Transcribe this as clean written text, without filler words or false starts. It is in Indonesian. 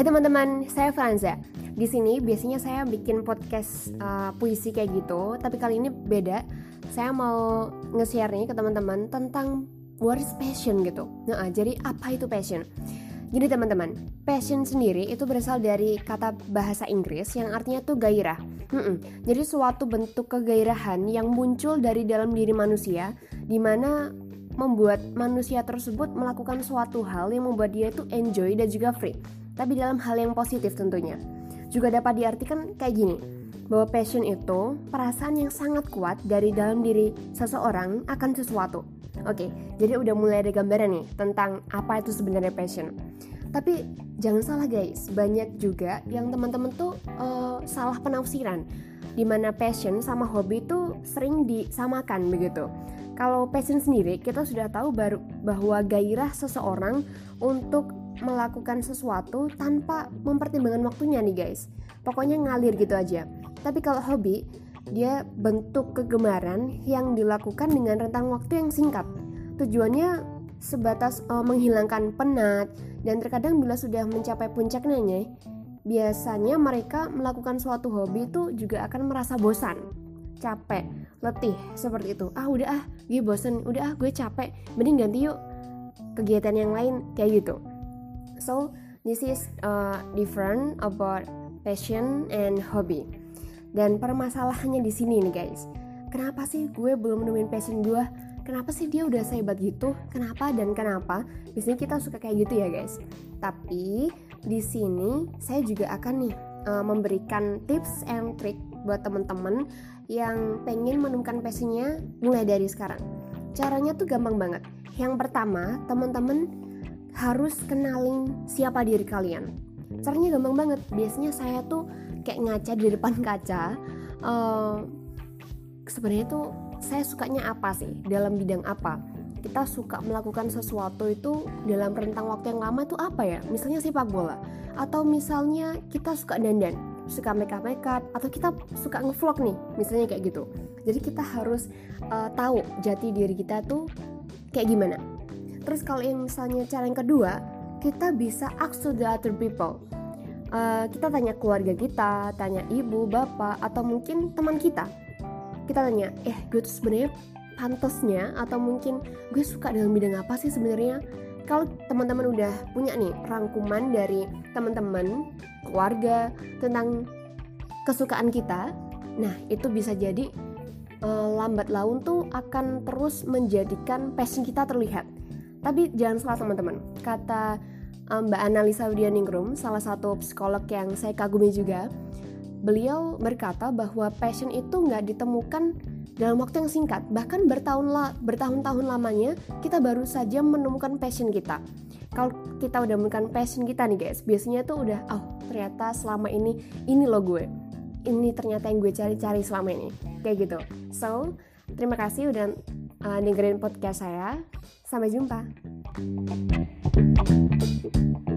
Hai teman-teman, saya Franza. Di sini biasanya saya bikin podcast puisi kayak gitu, tapi kali ini beda. Saya mau nge-share nih ke teman-teman tentang what is passion gitu. Jadi apa itu passion? Jadi teman-teman, passion sendiri itu berasal dari kata bahasa Inggris yang artinya tuh gairah. Jadi suatu bentuk kegairahan yang muncul dari dalam diri manusia, di mana membuat manusia tersebut melakukan suatu hal yang membuat dia itu enjoy dan juga free, tapi dalam hal yang positif tentunya. Juga dapat diartikan kayak gini, bahwa passion itu perasaan yang sangat kuat dari dalam diri seseorang akan sesuatu. Oke, jadi udah mulai ada gambaran nih tentang apa itu sebenarnya passion. Tapi jangan salah guys, banyak juga yang teman-teman tuh salah penafsiran, dimana passion sama hobi itu sering disamakan begitu. Kalau passion sendiri, kita sudah tahu bahwa gairah seseorang untuk melakukan sesuatu tanpa mempertimbangkan waktunya nih guys. Pokoknya ngalir gitu aja. Tapi kalau hobi, dia bentuk kegemaran yang dilakukan dengan rentang waktu yang singkat. Tujuannya sebatas menghilangkan penat, dan terkadang bila sudah mencapai puncaknya, biasanya mereka melakukan suatu hobi itu juga akan merasa bosan, capek, letih, seperti itu. Gue bosen, gue capek, mending ganti yuk kegiatan yang lain, kayak gitu. So, this is different about passion and hobby. Dan permasalahannya di sini nih guys. Kenapa sih gue belum nemuin passion gue? Kenapa sih dia udah sehebat gitu? Kenapa dan kenapa? Biasanya kita suka kayak gitu ya guys. Tapi di sini saya juga akan nih memberikan tips and trick buat teman-teman yang pengen menemukan passionnya mulai dari sekarang. Caranya tuh gampang banget. Yang pertama, teman-teman harus kenalin siapa diri kalian. Caranya gampang banget. Biasanya saya tuh kayak ngaca di depan kaca. Sebenarnya tuh saya sukanya apa sih? Dalam bidang apa? Kita suka melakukan sesuatu itu dalam rentang waktu yang lama itu apa ya? Misalnya sepak bola, atau misalnya kita suka dandan, suka makeup, atau kita suka ngevlog nih, misalnya kayak gitu. Jadi kita harus tahu jati diri kita tuh kayak gimana. Terus kalau yang misalnya cara yang kedua, kita bisa ask to the other people. Kita tanya keluarga kita, tanya ibu, bapak, atau mungkin teman kita. Kita tanya, gue tuh sebenarnya pantasnya, atau mungkin gue suka dalam bidang apa sih sebenarnya. Kalau teman-teman udah punya nih rangkuman dari teman-teman, keluarga tentang kesukaan kita, nah itu bisa jadi lambat laun tuh akan terus menjadikan passion kita terlihat. Tapi jangan salah teman-teman, kata Mbak Annalisa Widianingrum, salah satu psikolog yang saya kagumi juga, beliau berkata bahwa passion itu nggak ditemukan dalam waktu yang singkat, bahkan bertahun-tahun lamanya kita baru saja menemukan passion kita. Kalau kita udah menemukan passion kita nih guys, biasanya tuh udah, ternyata selama ini loh gue, ini ternyata yang gue cari-cari selama ini, kayak gitu. So, terima kasih udah dengerin podcast saya. Sampai jumpa.